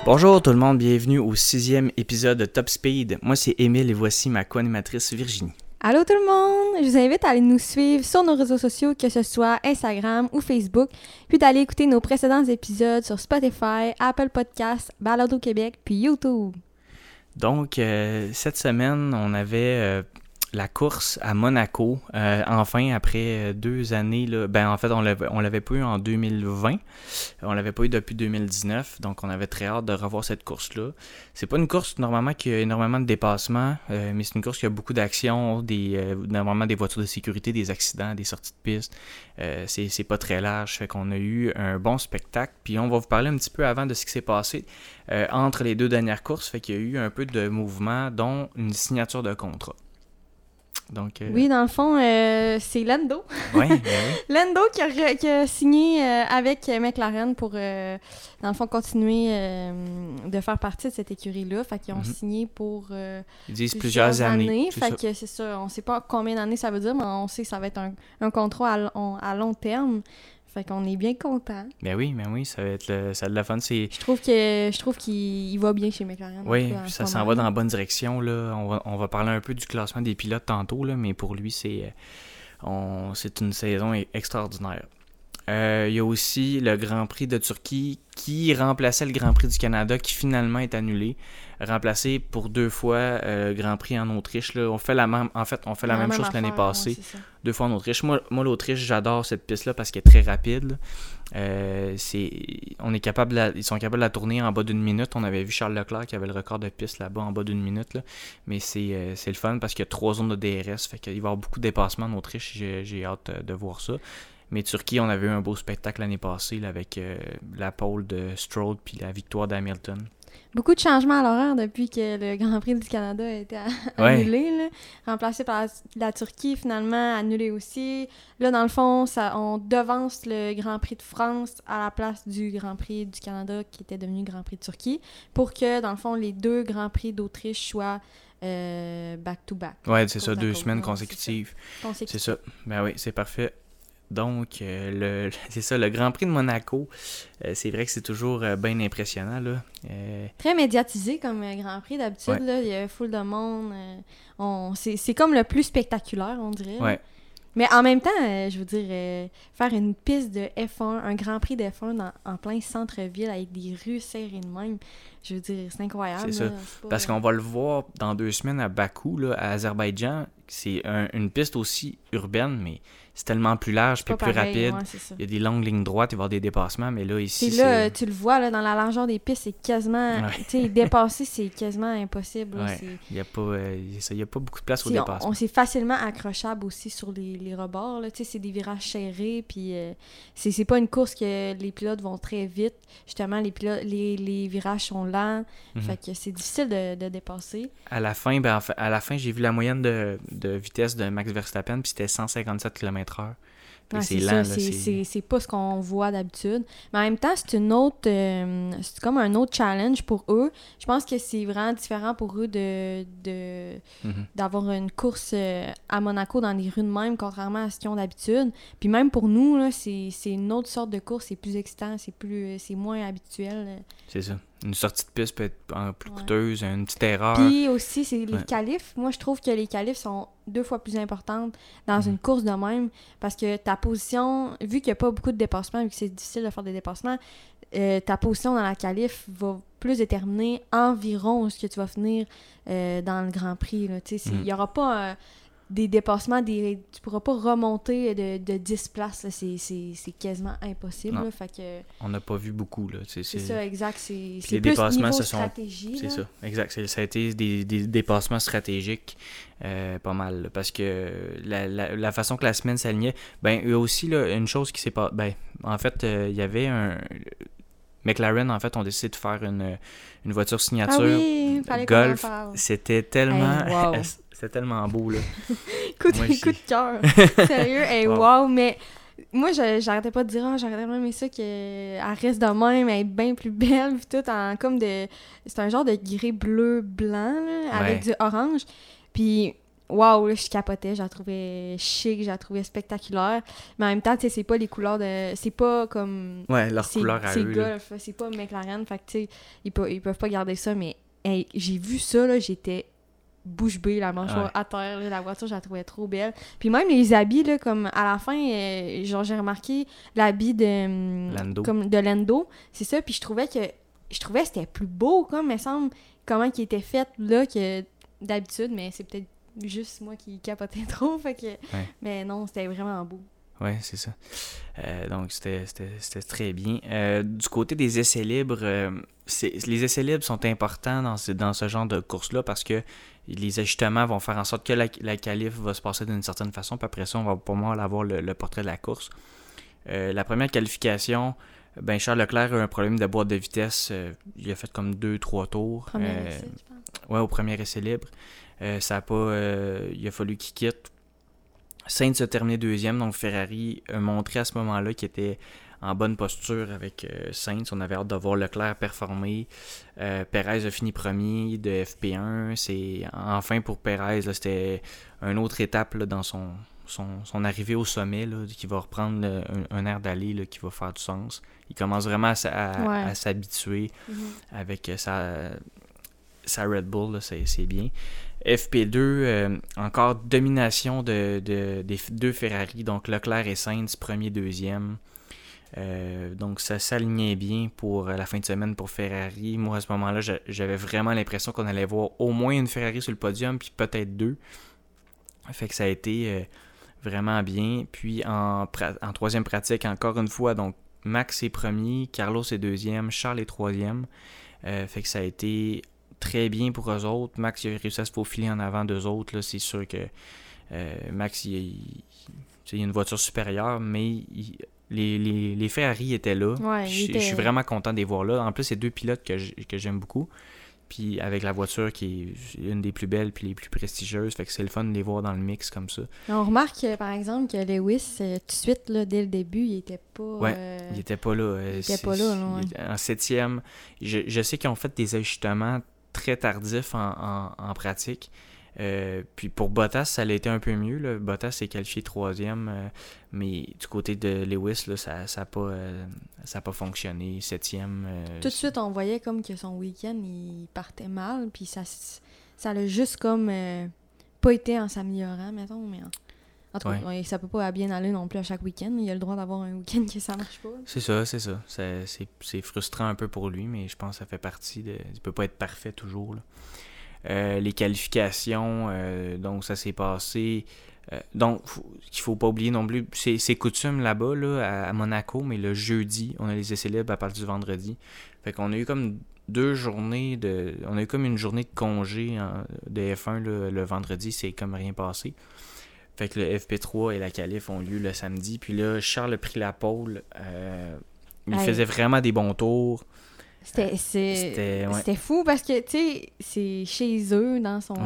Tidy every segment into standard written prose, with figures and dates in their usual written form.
Bonjour tout le monde, bienvenue au 6e épisode de Top Speed. Moi c'est Émile et voici ma co-animatrice Virginie. Allô tout le monde! Je vous invite à aller nous suivre sur nos réseaux sociaux, que ce soit Instagram ou Facebook, puis d'aller écouter nos précédents épisodes sur Spotify, Apple Podcasts, Balado Québec, puis YouTube. Donc, cette semaine, on avait la course à Monaco. Enfin, après 2 années, là, en fait, on l'avait pas eu en 2020. On l'avait pas eu depuis 2019. Donc, on avait très hâte de revoir cette course-là. C'est pas une course, normalement, qui a énormément de dépassements, mais c'est une course qui a beaucoup d'actions, normalement des voitures de sécurité, des accidents, des sorties de piste. C'est pas très large. Fait qu'on a eu un bon spectacle. Puis, on va vous parler un petit peu avant de ce qui s'est passé entre les 2 dernières courses. Fait qu'il y a eu un peu de mouvement, dont une signature de contrat. Donc, Oui, dans le fond, c'est Lando. Oui. Lando qui a signé avec McLaren pour, dans le fond, continuer de faire partie de cette écurie-là. Fait qu'ils ont signé pour ils disent plusieurs années. Fait que c'est ça. On sait pas combien d'années ça veut dire, mais on sait que ça va être un contrat à long terme. Fait qu'on est bien content. Ben oui, ça va être ça a de la fun. Je trouve qu'il va bien chez McLaren. Oui, ça s'en va dans la bonne direction. Là. On va parler un peu du classement des pilotes tantôt, là, mais pour lui, c'est une saison extraordinaire. Il y a aussi le Grand Prix de Turquie qui remplaçait le Grand Prix du Canada qui finalement est annulé. Remplacé pour 2 fois le Grand Prix en Autriche. Là. On fait la même chose que l'année passée. Ouais, 2 fois en Autriche. Moi, l'Autriche, j'adore cette piste-là parce qu'elle est très rapide. Ils sont capables de la tourner en bas d'1 minute. On avait vu Charles Leclerc qui avait le record de piste là-bas en bas d'1 minute. Là. Mais c'est le fun parce qu'il y a 3 zones de DRS. Fait qu'il va y avoir beaucoup de dépassements en Autriche. J'ai hâte de voir ça. Mais Turquie, on avait eu un beau spectacle l'année passée là, avec la pole de Stroll puis la victoire d'Hamilton. Beaucoup de changements à l'horaire depuis que le Grand Prix du Canada a été annulé. Là. Remplacé par la Turquie, finalement, annulé aussi. Là, dans le fond, on devance le Grand Prix de France à la place du Grand Prix du Canada qui était devenu Grand Prix de Turquie pour que, dans le fond, les 2 Grands Prix d'Autriche soient back-to-back. Oui, c'est ça, 2 semaines consécutives. C'est ça. Ben oui, c'est parfait. Donc, c'est ça, le Grand Prix de Monaco, c'est vrai que c'est toujours bien impressionnant. Là. Très médiatisé comme Grand Prix d'habitude. Ouais. Là, il y a full de monde. C'est comme le plus spectaculaire, on dirait. Ouais. Mais en même temps, je veux dire, faire une piste de F1, un Grand Prix de F1 en plein centre-ville avec des rues serrées de même, je veux dire, c'est incroyable. C'est ça. Parce qu'on va le voir dans 2 semaines à Bakou, là, à Azerbaïdjan. C'est une piste aussi urbaine, mais c'est tellement plus large et plus rapide. Ouais, c'est ça. Il y a des longues lignes droites, il va y avoir des dépassements, mais là, ici, puis là, tu le vois, là, dans la largeur des pistes, c'est quasiment... Tu sais, dépasser, c'est quasiment impossible. Là, ouais. Il n'y a pas beaucoup de place au dépassement. C'est facilement accrochable aussi sur les rebords. Là. Tu sais, c'est des virages serrés, puis c'est pas une course que les pilotes vont très vite. Justement, les virages sont lents, fait que c'est difficile de dépasser. À la fin, j'ai vu la moyenne de vitesse de Max Verstappen, puis c'était 157 km/h. Ouais, c'est lent, ça, c'est pas ce qu'on voit d'habitude. Mais en même temps, c'est comme un autre challenge pour eux. Je pense que c'est vraiment différent pour eux d'avoir une course à Monaco dans les rues de même, contrairement à ce qu'ils ont d'habitude. Puis même pour nous, là, c'est une autre sorte de course, c'est plus excitant, c'est moins habituel. C'est ça. Une sortie de piste peut être plus coûteuse, une petite erreur. Puis aussi, c'est les qualifs. Moi, je trouve que les qualifs sont 2 fois plus importantes dans une course de même parce que ta position, vu qu'il n'y a pas beaucoup de dépassements, vu que c'est difficile de faire des dépassements, ta position dans la qualif va plus déterminer environ ce que tu vas finir dans le Grand Prix. Il n'y aura pas... des dépassements, tu pourras pas remonter de 10 places, là, c'est quasiment impossible. Là, fait que... On n'a pas vu beaucoup. Là. C'est ça, exact. C'est les plus dépassements, niveau stratégie. C'est ça, exact. Ça a été des dépassements stratégiques pas mal. Là, parce que la façon que la semaine s'alignait, il y a aussi là, une chose qui s'est pas... en fait, il y avait un... McLaren, en fait, ont décidé de faire une voiture signature Golf. C'était tellement... Wow. C'était tellement beau, là. coup de cœur. Sérieux, wow. Mais moi, j'arrêtais pas de dire, j'aurais même aimé ça qu'elle reste de même, elle est bien plus belle, puis tout, c'est un genre de gris bleu-blanc, là, avec du orange. Puis waouh, là, je capotais, je la trouvais chic, je la trouvais spectaculaire. Mais en même temps, tu sais, c'est pas les couleurs de... C'est pas comme... Ouais, leur couleur à c'est eux. Golf, c'est pas McLaren, fait que, tu sais, ils peuvent pas garder ça, mais hey, j'ai vu ça, là, j'étais bouche bée, la mâchoire à terre, là, la voiture, je la trouvais trop belle. Puis même les habits, là, comme à la fin, genre, j'ai remarqué l'habit de... Lando. Comme de Lando, c'est ça, puis je trouvais que c'était plus beau, comme, me semble, comment il était fait, là, que d'habitude, mais c'est peut-être juste moi qui capotais trop, fait que... Ouais. Mais non, c'était vraiment beau. Ouais, c'est ça. Donc, c'était très bien. Du côté des essais libres, les essais libres sont importants dans ce genre de course-là parce que les ajustements vont faire en sorte que la qualif va se passer d'une certaine façon, puis après ça, on va pour moi avoir le portrait de la course. La première qualification, ben Charles Leclerc a eu un problème de boîte de vitesse. Il a fait comme 2-3 tours. Premier essai, je pense. Ouais, au premier essai libre. Ça a pas... il a fallu qu'il quitte. Sainz a terminé deuxième, donc Ferrari a montré à ce moment-là qu'il était en bonne posture avec Sainz. On avait hâte de voir Leclerc performer. Perez a fini premier de FP1. C'est enfin pour Perez, là, c'était une autre étape là, dans son arrivée au sommet, là, qui va reprendre un air d'aller là, qui va faire du sens. Il commence vraiment à s'habituer avec sa Red Bull, là, c'est bien. FP2, encore domination des deux Ferrari, donc Leclerc et Sainz, premier, deuxième. Donc ça s'alignait bien pour la fin de semaine pour Ferrari. Moi, à ce moment-là, j'avais vraiment l'impression qu'on allait voir au moins une Ferrari sur le podium, puis peut-être deux. Fait que ça a été vraiment bien. Puis en troisième pratique, encore une fois, donc Max est premier, Carlos est deuxième, Charles est troisième. Fait que ça a été très bien pour eux autres. Max il a réussi à se faufiler en avant d'eux autres. Là. C'est sûr que Max il a une voiture supérieure, mais les Ferrari étaient là. Ouais, je suis vraiment content de les voir là. En plus, c'est deux pilotes que j'aime beaucoup. Puis avec la voiture qui est une des plus belles puis les plus prestigieuses, fait que c'est le fun de les voir dans le mix comme ça. On remarque par exemple que Lewis, tout de suite, là, dès le début, il était pas... Ouais, il était pas là. Il était pas là, ouais. En septième, je sais qu'ils ont fait des ajustements très tardifs en pratique. Puis pour Bottas, ça a été un peu mieux. Là. Bottas s'est qualifié troisième, mais du côté de Lewis, là, ça n'a pas fonctionné. Septième. Tout de suite, on voyait comme que son week-end, il partait mal, puis ça l'a juste comme pas été en s'améliorant, mettons. Mais en tout cas, ça peut pas bien aller non plus à chaque week-end. Il a le droit d'avoir un week-end que ça marche pas. C'est ça. C'est frustrant un peu pour lui, mais je pense que ça fait partie de... Il peut pas être parfait toujours, là. Les qualifications, donc ça s'est passé. Donc, il faut pas oublier non plus, c'est coutume là-bas, là, à Monaco, mais le jeudi, on a les essais libres à partir du vendredi. Fait qu'on a eu comme 2 journées on a eu comme une journée de congé de F1 là, le vendredi, c'est comme rien passé. Fait que le FP3 et la qualif ont lieu le samedi. Puis là, Charles a pris la pole. Il faisait vraiment des bons tours. C'était fou parce que, tu sais, c'est chez eux, dans son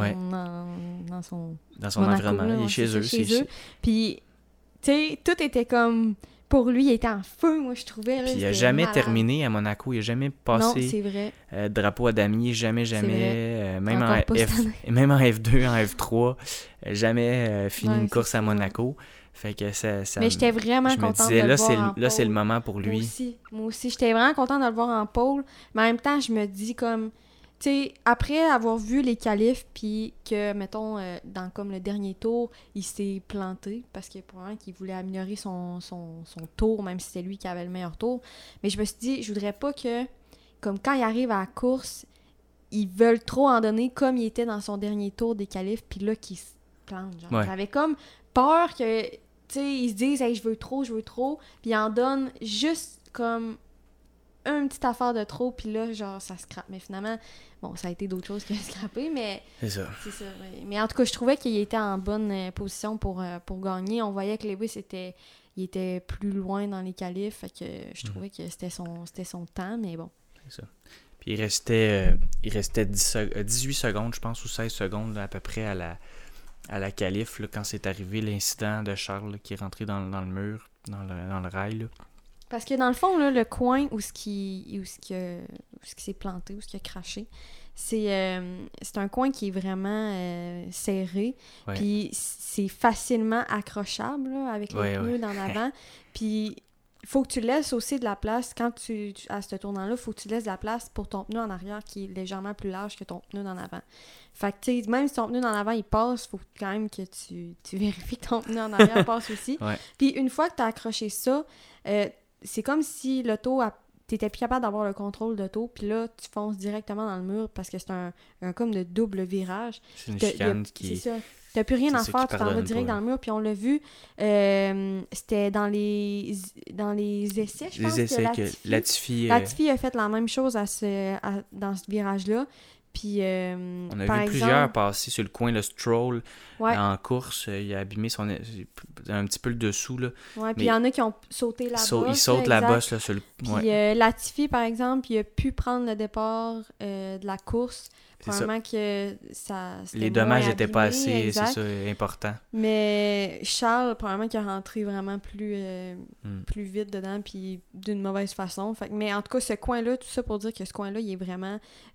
Monaco, environnement. Là, il est chez eux. Puis, tu sais, tout était comme... Pour lui, il était en feu, moi, je trouvais. Là, puis il n'a jamais terminé à Monaco. Il n'a jamais passé non, c'est vrai. Drapeau à damier. Jamais. Même en F2, en F3. Jamais fini une course à Monaco. Fait que ça mais j'étais vraiment contente de le voir en pole. Là, c'est le moment pour lui. Moi aussi. J'étais vraiment contente de le voir en pole. Mais en même temps, je me dis comme... Tu sais, après avoir vu les qualifs, puis que, mettons, dans comme le dernier tour, il s'est planté, parce que probablement qu'il voulait améliorer son tour, même si c'était lui qui avait le meilleur tour. Mais je me suis dit, je voudrais pas que, comme quand il arrive à la course, ils veulent trop en donner comme il était dans son dernier tour des qualifs, puis là, qu'il se plante. Genre. Ouais. J'avais comme peur que... Tu sais, ils se disent hey, je veux trop, puis ils en donnent juste comme une petite affaire de trop, puis là, genre, ça scrape. Mais finalement, bon, ça a été d'autres choses que scraper, mais... C'est ça. Mais en tout cas, je trouvais qu'il était en bonne position pour gagner. On voyait que Lewis était plus loin dans les qualifs, fait que je trouvais que c'était son temps, mais bon. C'est ça. Puis il restait 18 secondes, je pense, ou 16 secondes là, à peu près à la qualif, là, quand c'est arrivé l'incident de Charles là, qui est rentré dans le mur, dans le rail. Là. Parce que dans le fond, là, le coin où ce qui s'est planté, où ce qui a craché, c'est un coin qui est vraiment serré. Ouais. Puis c'est facilement accrochable là, avec les pneus dans l'avant. Puis il faut que tu laisses aussi de la place. Quand à ce tournant-là, il faut que tu laisses de la place pour ton pneu en arrière qui est légèrement plus large que ton pneu dans l'avant. Fait que, tu sais, même si ton pneu dans l'avant, il passe, il faut quand même que tu vérifies que ton pneu en arrière passe aussi. Ouais. Puis une fois que tu as accroché ça, c'est comme si l'auto, t'étais plus capable d'avoir le contrôle d'auto, puis là, tu fonces directement dans le mur parce que c'est un comme de double virage. C'est une chicane qui... C'est ça. T'as plus rien à faire, tu t'en vas direct dans le mur, puis on l'a vu, c'était dans les essais, je pense, que Latifi a fait la même chose dans ce virage-là. Puis, on a vu plusieurs passer sur le coin, le Stroll, en course, il a abîmé un petit peu le dessous. Là. Ouais, puis il y en a qui ont sauté la bosse. Ils sautent la bosse là, sur le... Puis Latifi, par exemple, il a pu prendre le départ de la course. Probablement que ça... Les dommages n'étaient pas assez, c'est ça, important. Mais Charles, probablement qu'il a rentré vraiment plus vite dedans, puis d'une mauvaise façon. Fait, mais en tout cas, ce coin-là, tout ça pour dire que ce coin-là, il est vraiment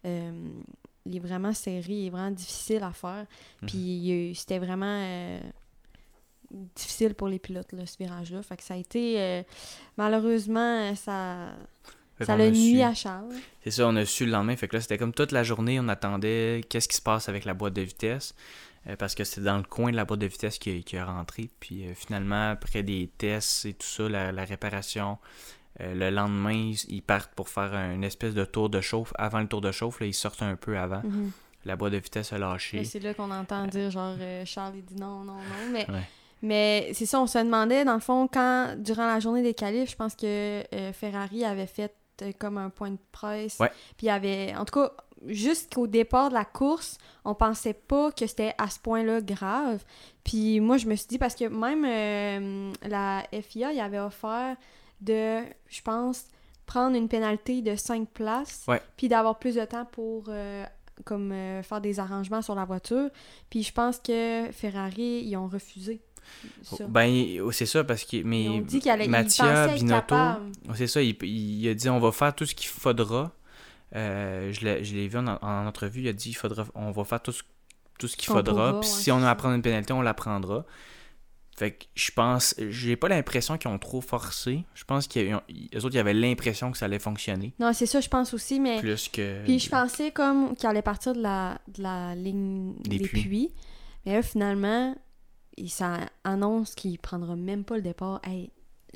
serré, il est vraiment difficile à faire. Puis c'était vraiment difficile pour les pilotes, là, ce virage-là. Fait que ça a été... malheureusement, ça l'a nuit à Charles. C'est ça, on a su le lendemain. Fait que là, c'était comme toute la journée, on attendait qu'est-ce qui se passe avec la boîte de vitesse. Parce que c'était dans le coin de la boîte de vitesse qui est rentré. Puis finalement, après des tests et tout ça, la réparation, le lendemain, ils partent pour faire une espèce de tour de chauffe. Avant le tour de chauffe, là, ils sortent un peu avant. Mm-hmm. La boîte de vitesse a lâché. Et c'est là qu'on entend dire genre Charles, il dit non. Mais c'est ça, on se demandait, dans le fond, durant la journée des qualifs, je pense que Ferrari avait fait comme un point de presse. Ouais. Puis il y avait, en tout cas, jusqu'au départ de la course, on pensait pas que c'était à ce point-là grave. Puis moi, je me suis dit, parce que même la FIA, il avait offert de, je pense, prendre une pénalité de 5 places, puis d'avoir plus de temps pour faire des arrangements sur la voiture. Puis je pense que Ferrari, ils ont refusé. Ça. Ben, c'est ça, parce que ils ont dit Mattia Binotto, c'est ça, il a dit on va faire tout ce qu'il faudra. Je l'ai vu en entrevue, il a dit on va faire tout ce qu'il faudra, puis si on a à prendre une pénalité, on la prendra. Fait que je pense, j'ai pas l'impression qu'ils ont trop forcé. Je pense qu'eux autres, ils avaient l'impression que ça allait fonctionner. Non, c'est ça, je pense aussi, mais... Plus que... Puis je pensais comme qu'il allait partir de la ligne des puits. Mais là, finalement... ça annonce qu'il prendra même pas le départ. Hey,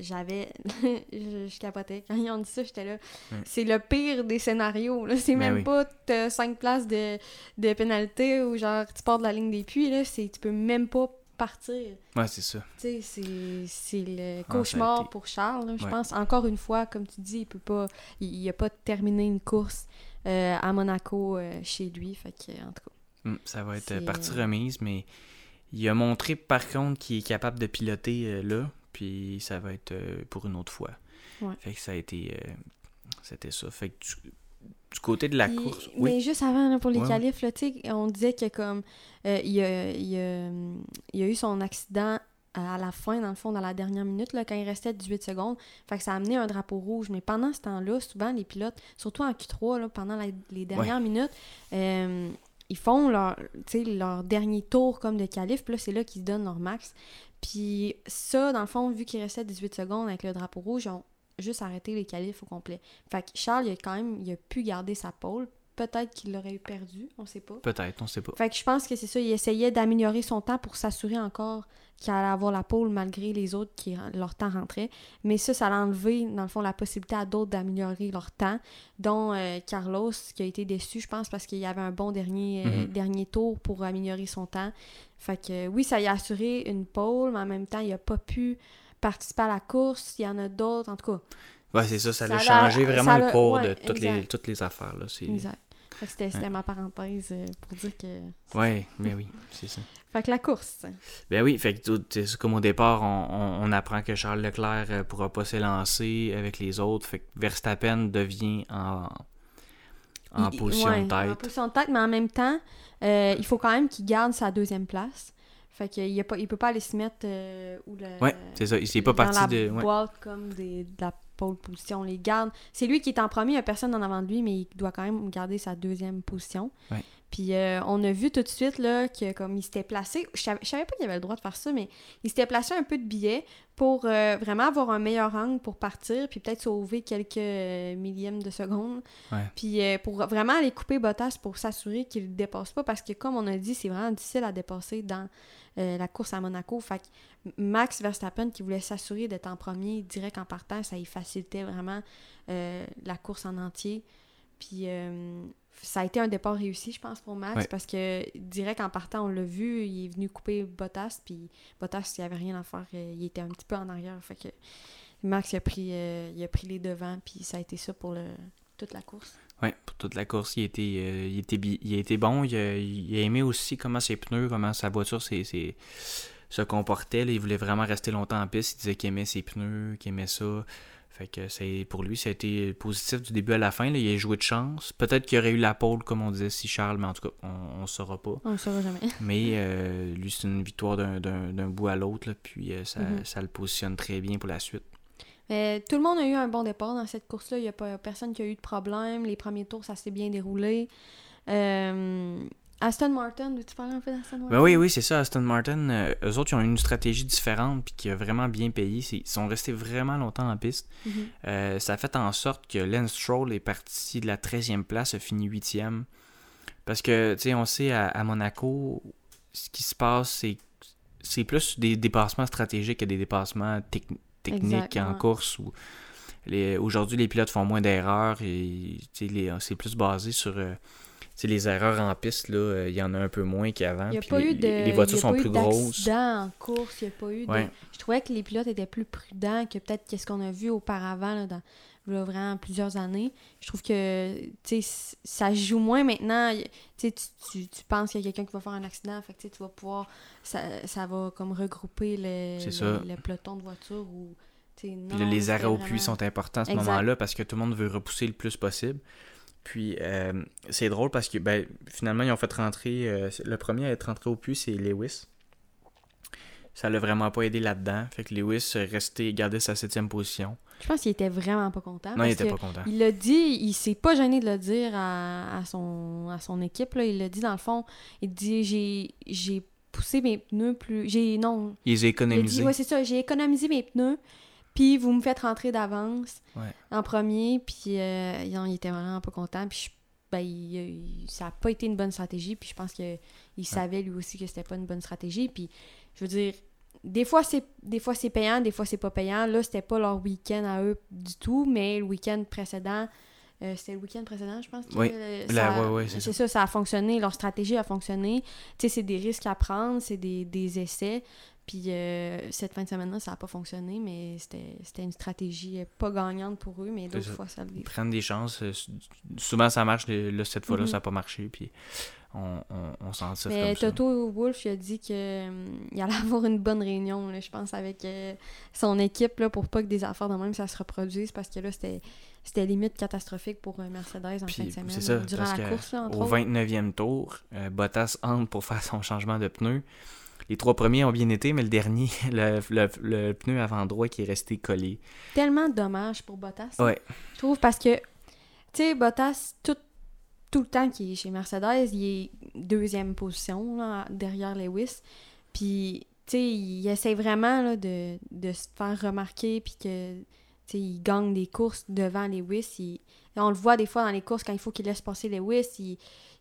je capotais. Quand ils ont dit ça, j'étais là. Ouais. C'est le pire des scénarios. Là. C'est même pas 5 places de pénalité ou genre tu pars de la ligne des puits. Là. Tu peux même pas partir. Ouais, c'est ça. Tu sais, c'est le cauchemar pour Charles. Là, je pense, encore une fois, comme tu dis, il a pas terminé une course à Monaco chez lui. Fait que, en tout cas. Ça va être partie remise, mais il a montré par contre qu'il est capable de piloter là, puis ça va être pour une autre fois. Ouais. Fait que ça a été... c'était ça. Fait que du côté de la course... Mais juste avant, là, pour les qualifs, là, on disait que comme il y a eu son accident à la fin, dans le fond, dans la dernière minute, là, quand il restait 18 secondes. Fait que ça a amené un drapeau rouge. Mais pendant ce temps-là, souvent, les pilotes, surtout en Q3, là, pendant les dernières minutes... ils font leur dernier tour comme de qualif, puis là, c'est là qu'ils se donnent leur max. Puis ça, dans le fond, vu qu'il restait 18 secondes avec le drapeau rouge, ils ont juste arrêté les qualifs au complet. Fait que Charles, il a pu garder sa pole. Peut-être qu'il l'aurait eu perdu, on sait pas. Peut-être, on sait pas. Fait que je pense que c'est ça, il essayait d'améliorer son temps pour s'assurer encore qu'il allait avoir la pole malgré les autres qui leur temps rentrait. Mais ça l'a enlevé, dans le fond, la possibilité à d'autres d'améliorer leur temps, dont Carlos, qui a été déçu, je pense, parce qu'il y avait un bon dernier tour pour améliorer son temps. Fait que oui, ça y a assuré une pole, mais en même temps, il a pas pu participer à la course. Il y en a d'autres, en tout cas. Ouais, c'est ça, ça a changé vraiment le cours de toutes les affaires. Là. Exact. C'était ma parenthèse pour dire que... Ouais, mais oui, c'est ça. Fait que la course. Ben oui, fait que comme au départ, on apprend que Charles Leclerc pourra pas s'élancer avec les autres. Fait que Verstappen devient en position de tête. En position de tête, mais en même temps, il faut quand même qu'il garde sa deuxième place. Fait qu'il peut pas aller se mettre ouais, c'est ça. Il n'est pas parti dans la boîte comme de la pole position. Les garde. C'est lui qui est en premier, il n'y a personne en avant de lui, mais il doit quand même garder sa deuxième position. Ouais. Puis on a vu tout de suite là, que comme il s'était placé, je savais pas qu'il avait le droit de faire ça, mais il s'était placé un peu de billets pour vraiment avoir un meilleur angle pour partir, puis peut-être sauver quelques millièmes de seconde. Ouais. Puis pour vraiment aller couper Bottas pour s'assurer qu'il ne dépasse pas, parce que comme on a dit, c'est vraiment difficile à dépasser dans la course à Monaco. Fait que Max Verstappen qui voulait s'assurer d'être en premier direct en partant, ça y facilitait vraiment la course en entier. Puis ça a été un départ réussi, je pense, pour Max, parce que direct en partant, on l'a vu, il est venu couper Bottas, puis Bottas, il avait rien à faire, il était un petit peu en arrière, fait que Max, il a pris les devants, puis ça a été ça pour toute la course. Oui, pour toute la course, il a été bon, il a aimé aussi comment ses pneus, comment sa voiture se comportait, là. Il voulait vraiment rester longtemps en piste, il disait qu'il aimait ses pneus, qu'il aimait ça. Fait que pour lui, ça a été positif du début à la fin. Là. Il a joué de chance. Peut-être qu'il y aurait eu la pole, comme on disait, si Charles, mais en tout cas, on ne saura pas. On ne saura jamais. Mais lui, c'est une victoire d'un bout à l'autre, là, puis ça le positionne très bien pour la suite. Tout le monde a eu un bon départ dans cette course-là. Il n'y a pas personne qui a eu de problème. Les premiers tours, ça s'est bien déroulé. Aston Martin, veux-tu parler un peu d'Aston Martin? Ben oui, c'est ça. Aston Martin, eux autres, ils ont une stratégie différente puis qui a vraiment bien payé. Ils sont restés vraiment longtemps en piste. Mm-hmm. Ça a fait en sorte que Lance Stroll est parti de la 13e place, a fini 8e. Parce que, tu sais, on sait, à Monaco, ce qui se passe, c'est plus des dépassements stratégiques que des dépassements techniques en course. Où aujourd'hui, les pilotes font moins d'erreurs et c'est plus basé sur... les erreurs en piste, là, il y en a un peu moins qu'avant. Les voitures sont plus grosses. Il n'y a pas eu d'accident en course. Il n'y a pas eu de... Je trouvais que les pilotes étaient plus prudents que peut-être qu'est-ce qu'on a vu auparavant là, dans vraiment plusieurs années. Je trouve que ça joue moins maintenant. Tu penses qu'il y a quelqu'un qui va faire un accident, fait que tu vas pouvoir... Ça va comme regrouper le peloton de voitures ou... Puis là, les arrêts au puits sont importants à ce moment-là parce que tout le monde veut repousser le plus possible. Puis, c'est drôle parce que finalement, ils ont fait rentrer... le premier à être rentré au puits, c'est Lewis. Ça l'a vraiment pas aidé là-dedans. Fait que Lewis gardait sa 7e position. Je pense qu'il était vraiment pas content. Non, il était pas content. Il l'a dit, il s'est pas gêné de le dire à son équipe. Là. Il l'a dit dans le fond. Il dit j'ai poussé mes pneus plus... Il les a économisés. Oui, c'est ça. J'ai économisé mes pneus. Puis vous me faites rentrer d'avance en premier, puis il était vraiment pas content. Puis ça n'a pas été une bonne stratégie, puis je pense qu'il savait lui aussi que c'était pas une bonne stratégie. Puis je veux dire, des fois c'est payant, des fois c'est pas payant. Là, c'était pas leur week-end à eux du tout, mais le week-end précédent, c'était le week-end précédent, je pense. Oui, c'est ça, ça a fonctionné, leur stratégie a fonctionné. Tu sais, c'est des risques à prendre, c'est des essais. Puis cette fin de semaine-là, ça n'a pas fonctionné, mais c'était une stratégie pas gagnante pour eux, mais d'autres fois, ça le dit. Ils prennent des chances. Souvent, ça marche. Là, cette fois-là, ça n'a pas marché. Puis on s'en tire mais comme ça. Toto Wolff, il a dit qu'il allait avoir une bonne réunion, là, je pense, avec son équipe là, pour pas que des affaires de même ça se reproduise, parce que là, c'était limite catastrophique pour Mercedes en fin de semaine. C'est ça, durant parce la course, là, au 29e tour, Bottas entre pour faire son changement de pneu. Les 3 premiers ont bien été, mais le dernier, le pneu avant droit qui est resté collé. Tellement dommage pour Bottas. Ouais. Je trouve parce que, tu sais, Bottas, tout le temps qu'il est chez Mercedes, il est 2e position là, derrière Lewis. Puis, tu sais, il essaie vraiment là, de se faire remarquer puis que, tu sais, il gagne des courses devant Lewis. On le voit des fois dans les courses quand il faut qu'il laisse passer Lewis,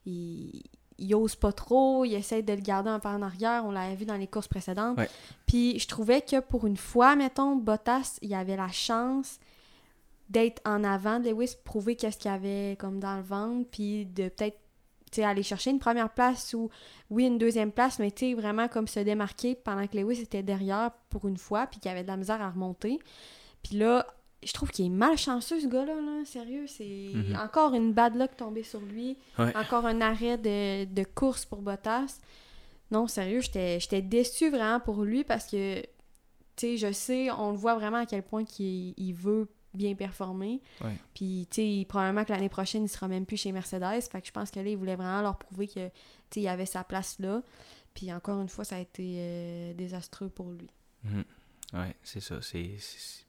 il ose pas trop, il essaie de le garder un peu en arrière, on l'avait vu dans les courses précédentes. Ouais. Puis je trouvais que pour une fois, mettons, Bottas, il avait la chance d'être en avant de Lewis, prouver qu'est-ce qu'il y avait comme dans le ventre, puis de peut-être aller chercher une première place ou, oui, une 2e place, mais vraiment comme se démarquer pendant que Lewis était derrière pour une fois, puis qu'il avait de la misère à remonter. Puis là, je trouve qu'il est malchanceux, ce gars-là, là. Sérieux, c'est encore une bad luck tombée sur lui. Ouais. Encore un arrêt de course pour Bottas. Non, sérieux, j'étais déçue vraiment pour lui parce que, tu sais, je sais, on le voit vraiment à quel point il veut bien performer. Ouais. Puis, tu sais, probablement que l'année prochaine, il sera même plus chez Mercedes. Fait que je pense que là, il voulait vraiment leur prouver que, tu sais, il avait sa place là. Puis, encore une fois, ça a été désastreux pour lui. Ouais, c'est ça.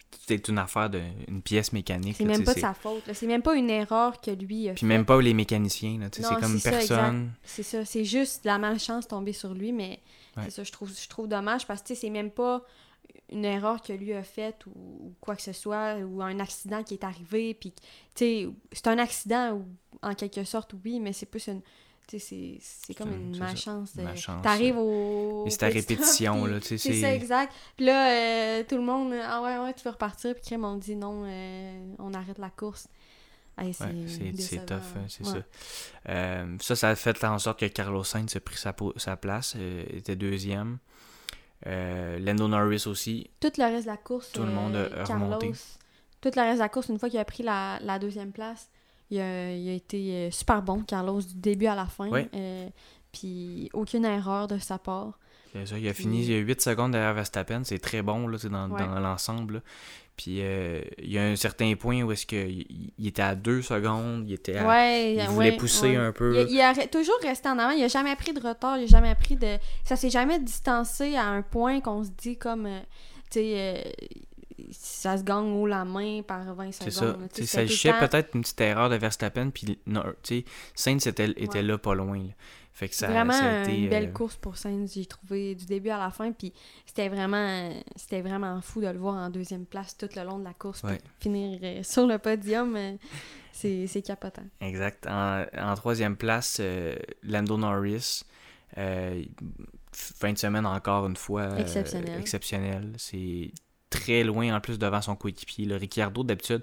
c'est une affaire une pièce mécanique. C'est même pas de sa faute. Là. C'est même pas une erreur que lui a Puis même pas les mécaniciens. Là, c'est comme c'est personne. Ça, c'est ça. C'est juste de la malchance tombée sur lui, mais c'est ça, je trouve dommage parce que c'est même pas une erreur que lui a faite ou quoi que ce soit, ou un accident qui est arrivé. Puis, c'est un accident, en quelque sorte, oui, mais c'est plus une... C'est comme une malchance. T'arrives au... Et c'est à répétition, là, tu sais. C'est ça, exact. Puis là, tout le monde, ah ouais, tu veux repartir. Puis Crème, on dit non, on arrête la course. Hey, c'est tough, c'est ça. Ça a fait en sorte que Carlos Sainz a pris sa place, était deuxième. Lando Norris aussi. Tout le reste de la course, tout le monde a remonté. Tout le reste de la course, une fois qu'il a pris la deuxième place, il a été super bon, Carlos, du début à la fin. Oui. Puis aucune erreur de sa part. C'est ça, il a fini, il y a 8 secondes derrière Verstappen, c'est très bon là, dans l'ensemble. Là. Puis il y a un certain point où est-ce qu'il était à 2 secondes, il voulait pousser un peu. Il a toujours resté en avant, il a jamais pris de retard, il a jamais pris de... Ça s'est jamais distancé à un point qu'on se dit comme, tu sais, ça se gagne haut la main par 20 secondes. C'est ça, ça jugeait peut-être une petite erreur de Verstappen, puis Sainz était là pas loin. Là. Fait que vraiment ça a été, une belle course pour Sainz, j'ai trouvé, du début à la fin, puis c'était vraiment fou de le voir en deuxième place tout le long de la course, puis finir sur le podium, c'est capotant. Exact. En troisième place, Lando Norris, fin de semaine encore une fois exceptionnel. C'est très loin en plus devant son coéquipier. Le Ricciardo, d'habitude,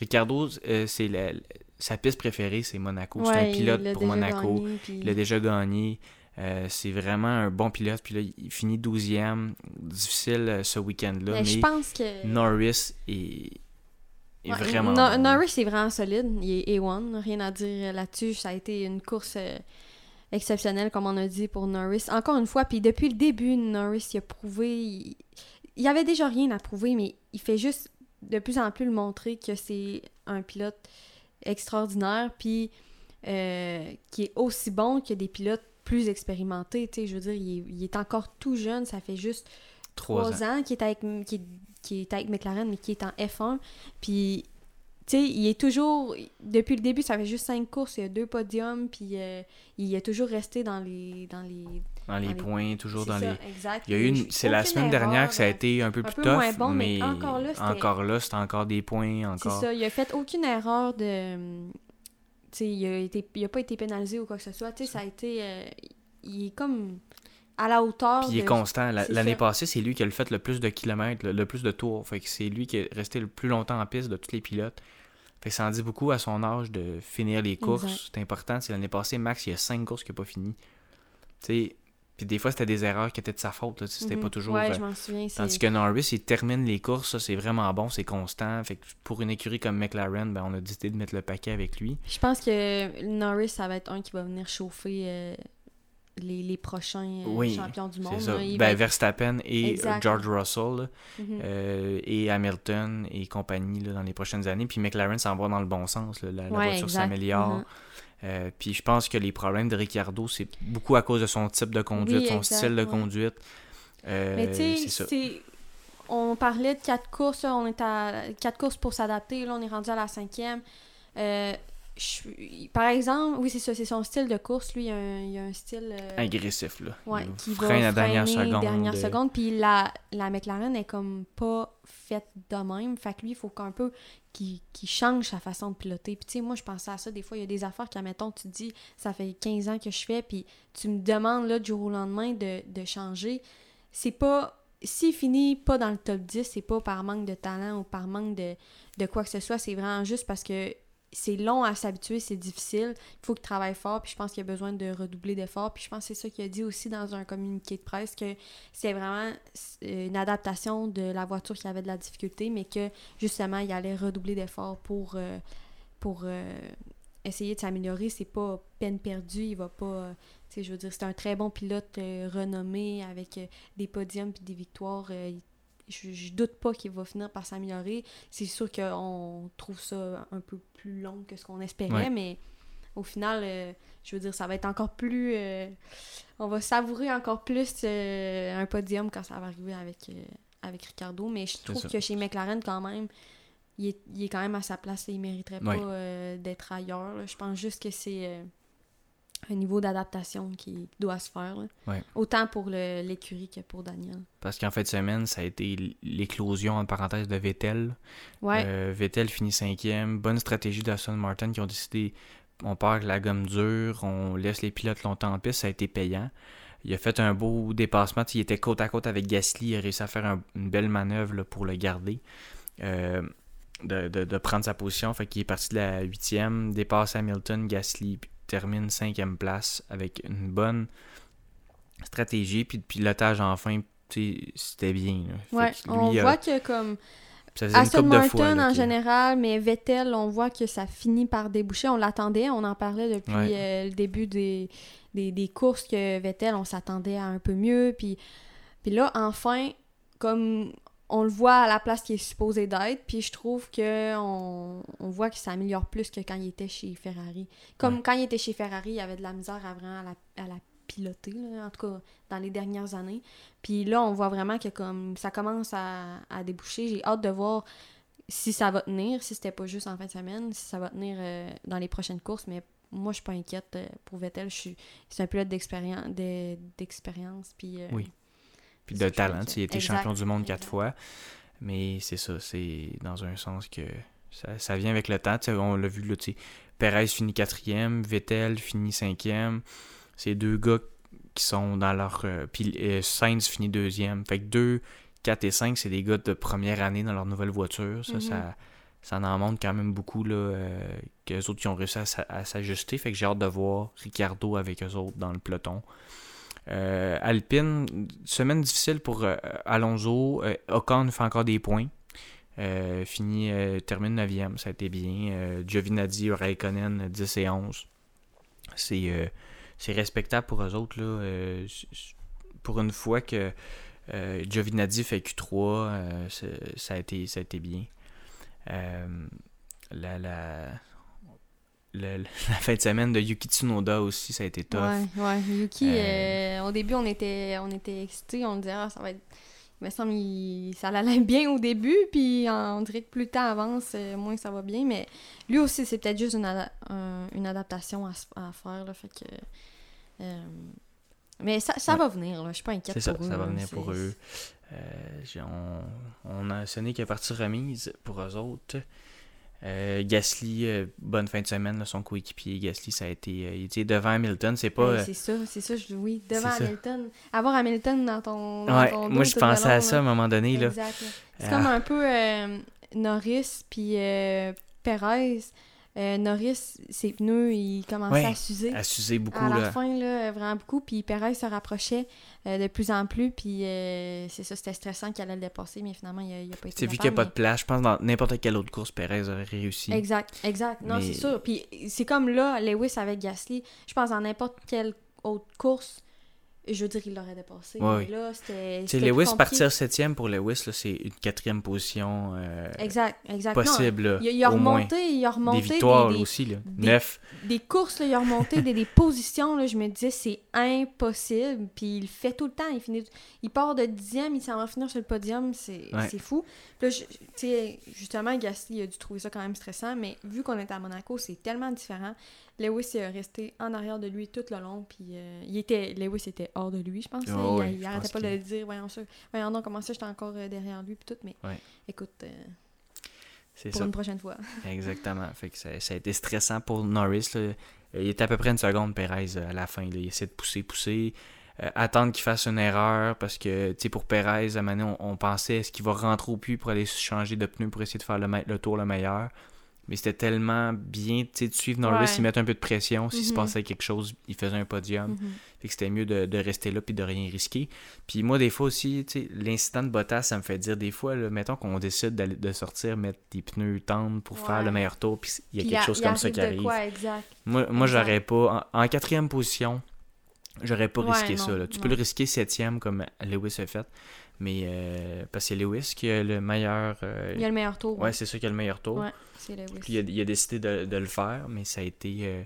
sa piste préférée, c'est Monaco. C'est un pilote pour Monaco. Il a déjà gagné. C'est vraiment un bon pilote. Puis là, il finit 12e. Difficile ce week-end-là. Mais je pense que Norris est vraiment bon. Norris est vraiment solide. Il est A1. Rien à dire là-dessus. Ça a été une course exceptionnelle, comme on a dit, pour Norris. Encore une fois, puis depuis le début, Norris, il a prouvé... Il y avait déjà rien à prouver, mais il fait juste de plus en plus le montrer que c'est un pilote extraordinaire, puis qui est aussi bon que des pilotes plus expérimentés. Je veux dire, il est encore tout jeune, ça fait juste 3 ans qu'il est avec McLaren, mais qui est en F1. Puis, tu sais, il est toujours... Depuis le début, ça fait juste 5 courses, il y a 2 podiums, puis il est toujours resté dans les points, toujours dans les... Exact. Il y a eu c'est la semaine dernière que ça a été un peu plus tough, moins bon, mais encore là, c'était encore des points. Encore. C'est ça, il a fait aucune erreur de... Tu sais, il a pas été pénalisé ou quoi que ce soit. Tu sais, ça a été... il est comme à la hauteur. Puis il est constant. L'année passée, c'est lui qui a fait le plus de kilomètres, le plus de tours. Fait que c'est lui qui est resté le plus longtemps en piste de tous les pilotes. Fait que ça en dit beaucoup à son âge de finir les courses. Exact. C'est important. C'est l'année passée, Max, il y a 5 courses qu'il n'a pas fini. Tu sais... Puis des fois, c'était des erreurs qui étaient de sa faute. Là. C'était pas toujours... Ouais, je m'en souviens. Tandis que Norris, il termine les courses. Ça, c'est vraiment bon. C'est constant. Fait que pour une écurie comme McLaren, on a décidé de mettre le paquet avec lui. Je pense que Norris, ça va être un qui va venir chauffer les prochains champions du monde. C'est ça. Verstappen et George Russell et Hamilton et compagnie là, dans les prochaines années. Puis McLaren s'en va dans le bon sens. Là. La voiture s'améliore. Puis je pense que les problèmes de Ricciardo, c'est beaucoup à cause de son type de conduite, son style de conduite. Mais tu sais, on parlait de 4 courses, là, on est à 4 courses pour s'adapter, là on est rendu à la 5e. Par exemple, oui c'est ça, c'est son style de course, lui il y a un style... agressif, là. Ouais, qui va freine à dernière seconde. Puis la McLaren est comme pas faite de même, fait que lui il faut qu'un peu qui change sa façon de piloter. Puis tu sais, moi je pensais à ça, des fois il y a des affaires que, mettons, tu te dis, ça fait 15 ans que je fais, puis tu me demandes là du jour au lendemain de changer. C'est pas... S'il finit pas dans le top 10, c'est pas par manque de talent ou par manque de quoi que ce soit, c'est vraiment juste parce que c'est long à s'habituer, c'est difficile, il faut qu'il travaille fort, puis je pense qu'il a besoin de redoubler d'efforts, puis je pense que c'est ça qu'il a dit aussi dans un communiqué de presse, que c'est vraiment une adaptation de la voiture qui avait de la difficulté, mais que justement il allait redoubler d'efforts pour essayer de s'améliorer. C'est pas peine perdue, il va pas... tu sais, je veux dire, c'est un très bon pilote renommé avec des podiums puis des victoires. Je doute pas qu'il va finir par s'améliorer. C'est sûr qu'on trouve ça un peu plus long que ce qu'on espérait, mais au final, je veux dire, ça va être encore plus... on va savourer encore plus un podium quand ça va arriver avec Ricardo, mais je trouve que chez McLaren, quand même, il est quand même à sa place. Il mériterait pas d'être ailleurs. Là. Je pense juste que c'est un niveau d'adaptation qui doit se faire. Là. Autant pour l'écurie que pour Daniel. Parce qu'en fin de semaine, ça a été l'éclosion, en parenthèse, de Vettel. Vettel finit 5e. Bonne stratégie d'Aston Martin qui ont décidé, on part avec la gomme dure, on laisse les pilotes longtemps en piste. Ça a été payant. Il a fait un beau dépassement. Il était côte à côte avec Gasly. Il a réussi à faire une belle manœuvre là, pour le garder. De prendre sa position. Fait qu'il est parti de la 8e. Dépasse Hamilton, Gasly termine 5e place avec une bonne stratégie. Puis le pilotage, enfin, c'était bien. Là. On voit que comme Aston Martin en général, mais Vettel, on voit que ça finit par déboucher. On l'attendait, on en parlait depuis le début des courses que Vettel, on s'attendait à un peu mieux. Puis là, enfin, comme on le voit à la place qu'il est supposé d'être, puis je trouve qu'on voit que ça améliore plus que quand il était chez Ferrari. Comme quand il était chez Ferrari, il avait de la misère à la piloter, là, en tout cas dans les dernières années. Puis là, on voit vraiment que comme ça commence à déboucher. J'ai hâte de voir si ça va tenir, si c'était pas juste en fin de semaine, si ça va tenir dans les prochaines courses, mais moi, je suis pas inquiète pour Vettel. C'est un pilote d'expérience, puis... Puis de talent. Il a été champion du monde 4 fois. Mais c'est ça, c'est dans un sens que ça vient avec le temps. On l'a vu, là, Perez finit 4e, Vettel finit 5e. C'est 2 gars qui sont dans leur... puis Sainz finit 2e. Fait que 2, 4 et 5, c'est des gars de première année dans leur nouvelle voiture. Ça en montre quand même beaucoup là, qu'eux autres qui ont réussi à s'ajuster. Fait que j'ai hâte de voir Ricardo avec eux autres dans le peloton. Alpine, semaine difficile pour Alonso. Ocon fait encore des points. Termine 9e, ça a été bien. Giovinazzi, Raikkonen, 10 et 11. C'est respectable pour eux autres. Là. Pour une fois que Giovinazzi fait Q3, ça a été bien. La fin de semaine de Yuki Tsunoda aussi, ça a été tough. Ouais. Yuki, au début, on était excités. On disait, ça va être... Il me semble ça allait bien au début, puis on dirait que plus le temps avance, moins ça va bien. Mais lui aussi, c'est peut-être juste une adaptation à faire. Là, fait que, mais ça va venir. Là, je suis pas inquiète pour eux. Ça va venir pour eux. On a sonné qu'il y a partie remise pour eux autres. Gasly, bonne fin de semaine, là, son coéquipier Gasly, ça a été il était devant Hamilton, c'est pas c'est ça, devant Hamilton, avoir Hamilton dans ton dos, moi je pensais à ça à un moment donné exact, là. C'est comme un peu Norris puis Perez. Norris, ses pneus, ils commençaient à s'user beaucoup à la fin, là, vraiment beaucoup, puis Perez se rapprochait de plus en plus, puis c'est ça, c'était stressant qu'il allait le dépasser, mais finalement, il a pas été vu qu'il n'y a pas de place, je pense que dans n'importe quelle autre course, Perez aurait réussi. Exact, non, c'est sûr, puis c'est comme là, Lewis avec Gasly, je pense dans n'importe quelle autre course, je veux dire, il l'aurait dépassé. Oui. Mais là, c'était Lewis partir 7e pour Lewis, là, c'est une 4e position exact. possible. Non, il a remonté des victoires aussi, là. 9. Des courses, là, il a remonté des positions, là, je me disais, c'est impossible. Puis il le fait tout le temps. Il part de 10e, il s'en va finir sur le podium. C'est fou. Puis là, justement, Gasly a dû trouver ça quand même stressant, mais vu qu'on est à Monaco, c'est tellement différent. Lewis est resté en arrière de lui tout le long, puis Lewis était hors de lui, je pense. Il arrêtait pas de le dire, voyons donc comment ça, j'étais encore derrière lui, puis tout, mais écoute, c'est pour une prochaine fois. Exactement, fait que ça a été stressant pour Norris, là. Il était à peu près une seconde, Perez, à la fin, là. Il essaie de pousser, attendre qu'il fasse une erreur, parce que, tu sais, pour Perez, à un moment donné, on pensait, est-ce qu'il va rentrer au puits pour aller changer de pneu pour essayer de faire le tour le meilleur? Mais c'était tellement bien, tu sais, de suivre Norris, il mettait un peu de pression. S'il se passait quelque chose, il faisait un podium. Fait que c'était mieux de rester là puis de rien risquer. Puis moi, des fois aussi, tu sais, l'incident de Bottas, ça me fait dire des fois, là, mettons qu'on décide de sortir, mettre des pneus tendres pour faire le meilleur tour, puis il y a quelque chose comme ça qui arrive. Moi, j'aurais pas... En 4e position, j'aurais pas risqué ça. Là. Tu peux le risquer 7e comme Lewis a fait. Mais parce que c'est Lewis qui a le meilleur... il a le meilleur tour. Ouais, c'est ça qui a le meilleur tour. Ouais, c'est Lewis. Puis il a décidé de le faire, mais ça a été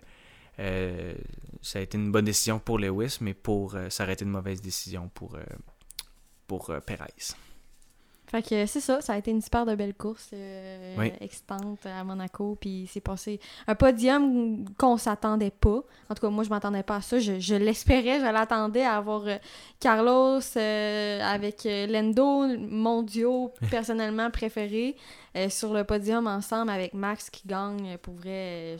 une bonne décision pour Lewis, mais ça aurait été une mauvaise décision pour Perez. Fait que c'est ça a été une super de belle course Oui. excitante à Monaco, puis c'est passé un podium qu'on s'attendait pas. En tout cas, moi, je m'attendais pas à ça. Je l'espérais, je l'attendais à avoir Carlos avec Lando, mon duo personnellement préféré, sur le podium ensemble avec Max qui gagne. Pour vrai,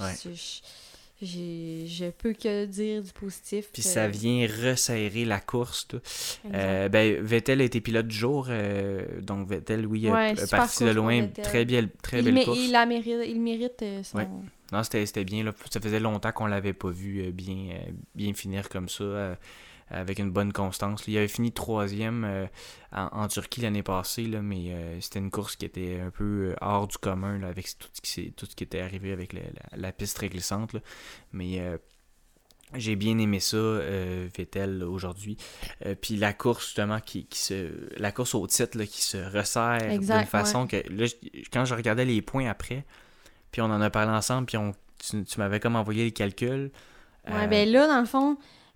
je peux que dire du positif. Puis ça vient resserrer la course. Vettel a été pilote du jour. Donc Vettel, oui, est parti de loin. Très belle course. Il mérite son... Ouais. Non, c'était bien. Là. Ça faisait longtemps qu'on l'avait pas vu bien finir comme ça, avec une bonne constance. Il avait fini 3e en Turquie l'année passée, là, mais c'était une course qui était un peu hors du commun là, avec tout ce qui était arrivé avec la piste très glissante. Là. Mais j'ai bien aimé ça, Vettel, aujourd'hui. Puis la course, justement, la course au titre là, qui se resserre d'une façon que... Là, quand je regardais les points après, puis on en a parlé ensemble, puis tu m'avais comme envoyé les calculs. Ben là, dans le fond...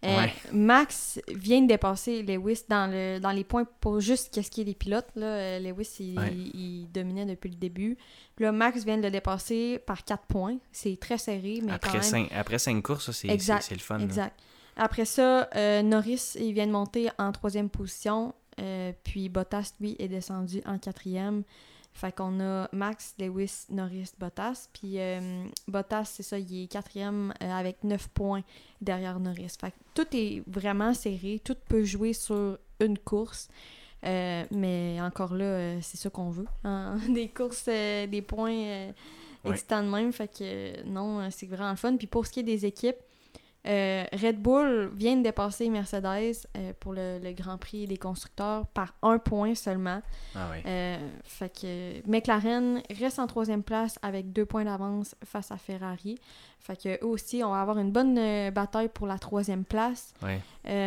Max vient de dépasser Lewis dans les points pour juste qu'est-ce qui est les pilotes. Là. Lewis, il dominait depuis le début. Puis là, Max vient de le dépasser par 4 points. C'est très serré, mais après 5 courses, ça, c'est le fun. Exact. Là. Après ça, Norris, il vient de monter en 3e position. Puis Bottas, lui, est descendu en 4e. Fait qu'on a Max, Lewis, Norris, Bottas. Puis Bottas, c'est ça, il est 4e avec 9 points derrière Norris. Fait que tout est vraiment serré. Tout peut jouer sur une course. Mais encore là, c'est ça qu'on veut. Hein? Des courses, des points excitants de même. Fait que non, c'est vraiment le fun. Puis pour ce qui est des équipes, Red Bull vient de dépasser Mercedes pour le Grand Prix des constructeurs par 1 point seulement. Ah oui. Fait que McLaren reste en 3e place avec 2 points d'avance face à Ferrari. Fait que eux aussi, on va avoir une bonne bataille pour la 3e place. Ouais.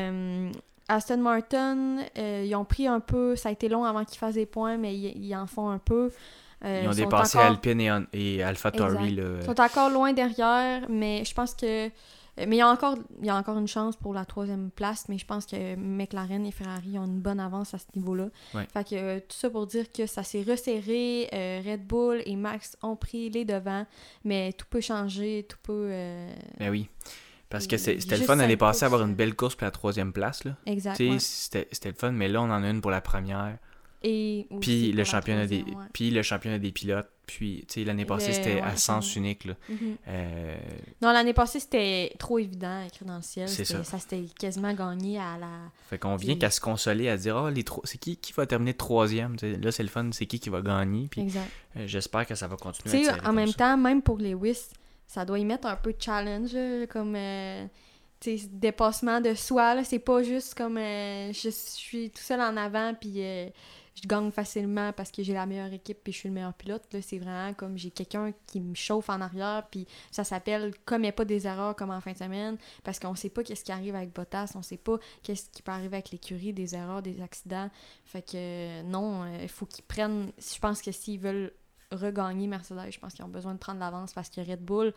Aston Martin, ils ont pris un peu... Ça a été long avant qu'ils fassent des points, mais ils en font un peu. Ils ont dépassé Alpine et AlphaTauri. Ils sont encore loin derrière, mais je pense que... Mais il y a encore une chance pour la 3e place, mais je pense que McLaren et Ferrari ont une bonne avance à ce niveau-là. Ouais. Fait que tout ça pour dire que ça s'est resserré. Red Bull et Max ont pris les devants, mais tout peut changer, tout peut... Ben oui, parce que c'était le fun d'aller passer à avoir une belle course pour la 3e place. Là. Exact. Ouais. C'était le fun, mais là, on en a une pour la première. Et puis le championnat des pilotes. Puis, tu sais, l'année passée, c'était à sens unique. Là. Non, l'année passée, c'était trop évident, écrit dans le ciel. C'est ça. Ça s'était quasiment gagné à la... Fait qu'on vient qu'à se consoler, à dire, c'est qui va terminer 3e? T'sais, là, c'est le fun, c'est qui va gagner. Puis, exact. J'espère que ça va continuer à être serré en même temps, même pour Lewis, ça doit y mettre un peu de challenge, comme... dépassement de soi, là. C'est pas juste comme je suis tout seul en avant, puis... je gagne facilement parce que j'ai la meilleure équipe puis je suis le meilleur pilote. Là, c'est vraiment comme j'ai quelqu'un qui me chauffe en arrière, puis ça s'appelle commet pas des erreurs comme en fin de semaine, parce qu'on sait pas qu'est-ce qui arrive avec Bottas, on sait pas qu'est-ce qui peut arriver avec l'écurie, des erreurs, des accidents. Fait que non, il faut qu'ils prennent... Je pense que s'ils veulent regagner Mercedes, je pense qu'ils ont besoin de prendre l'avance parce que Red Bull...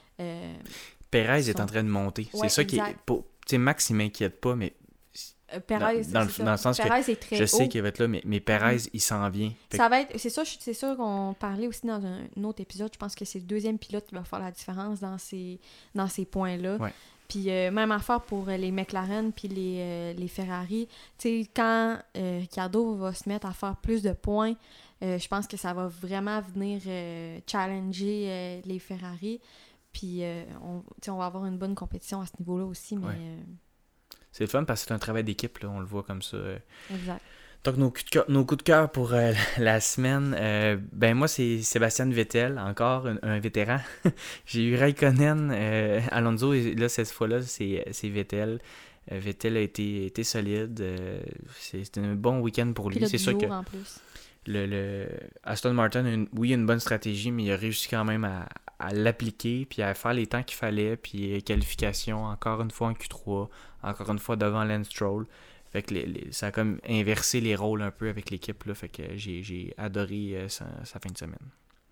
Perez est en train de monter. Ouais, c'est ça qui est... Tu sais, Max, il m'inquiète pas, mais... Perez, dans le sens Perez que est très je sais haut. qu'il va être là, mais Perez, il s'en vient. Ça va être, c'est ça qu'on parlait aussi dans un autre épisode. Je pense que c'est le 2e pilote qui va faire la différence dans ces points-là. Ouais. Puis même affaire pour les McLaren puis les Ferrari. Tu sais, quand Ricciardo va se mettre à faire plus de points, je pense que ça va vraiment venir challenger les Ferrari. Puis on va avoir une bonne compétition à ce niveau-là aussi, mais... C'est le fun parce que c'est un travail d'équipe, là, on le voit comme ça. Exact. Donc, nos coups de cœur pour la semaine, moi, c'est Sébastien Vettel, encore un vétéran. J'ai eu Raikkonen, Alonso, et là, cette fois-là, c'est Vettel. Vettel a été solide. C'était un bon week-end pour lui. C'est sûr que en plus. Le Aston Martin a une bonne stratégie, mais il a réussi quand même à l'appliquer, puis à faire les temps qu'il fallait, puis qualification, encore une fois en Q3, encore une fois devant Lance Stroll. Fait que ça a comme inversé les rôles un peu avec l'équipe, là. Fait que j'ai adoré sa fin de semaine.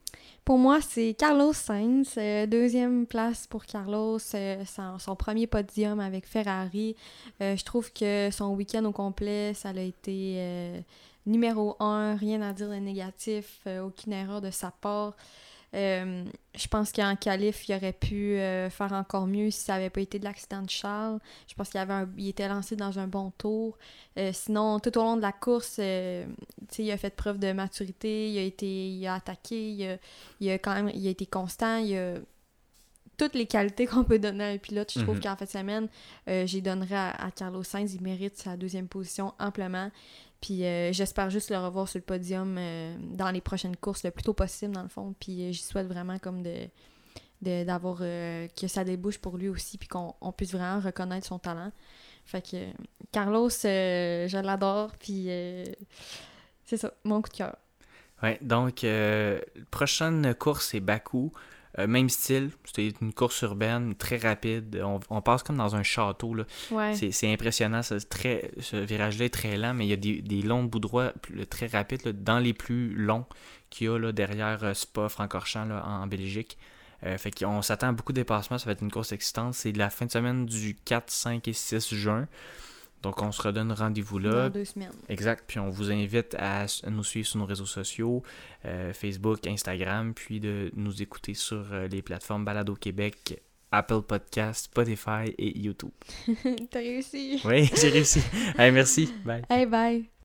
Pour moi, c'est Carlos Sainz. Deuxième place pour Carlos. Son premier podium avec Ferrari. Je trouve que son week-end au complet, ça a été numéro 1. Rien à dire de négatif. Aucune erreur de sa part. Je pense qu'en qualif, il aurait pu faire encore mieux si ça n'avait pas été de l'accident de Charles. Je pense qu'il était lancé dans un bon tour. Sinon, tout au long de la course, il a fait preuve de maturité, il a attaqué, il a été constant, il a toutes les qualités qu'on peut donner à un pilote. Je trouve qu'en fin de semaine, j'y donnerais à Carlos Sainz. Il mérite sa deuxième position amplement. Puis j'espère juste le revoir sur le podium dans les prochaines courses le plus tôt possible, dans le fond. Puis j'y souhaite vraiment comme d'avoir que ça débouche pour lui aussi, puis qu'on puisse vraiment reconnaître son talent. Fait que Carlos, je l'adore, puis c'est ça, mon coup de cœur. Ouais, donc, prochaine course, c'est Bakou. Même style, c'était une course urbaine très rapide. On passe comme dans un château. Là. Ouais. C'est impressionnant. Ce virage-là est très lent, mais il y a des longs bouts droits très rapides, là, dans les plus longs qu'il y a là, derrière Spa-Francorchamps là, en Belgique. Fait qu'on s'attend à beaucoup de dépassements. Ça va être une course excitante. C'est la fin de semaine du 4, 5 et 6 juin. Donc, on se redonne rendez-vous là. Dans 2 semaines. Exact. Puis, on vous invite à nous suivre sur nos réseaux sociaux, Facebook, Instagram, puis de nous écouter sur les plateformes Balado Québec, Apple Podcasts, Spotify et YouTube. T'as réussi. Oui, j'ai réussi. Allez, merci. Bye. Hey, bye.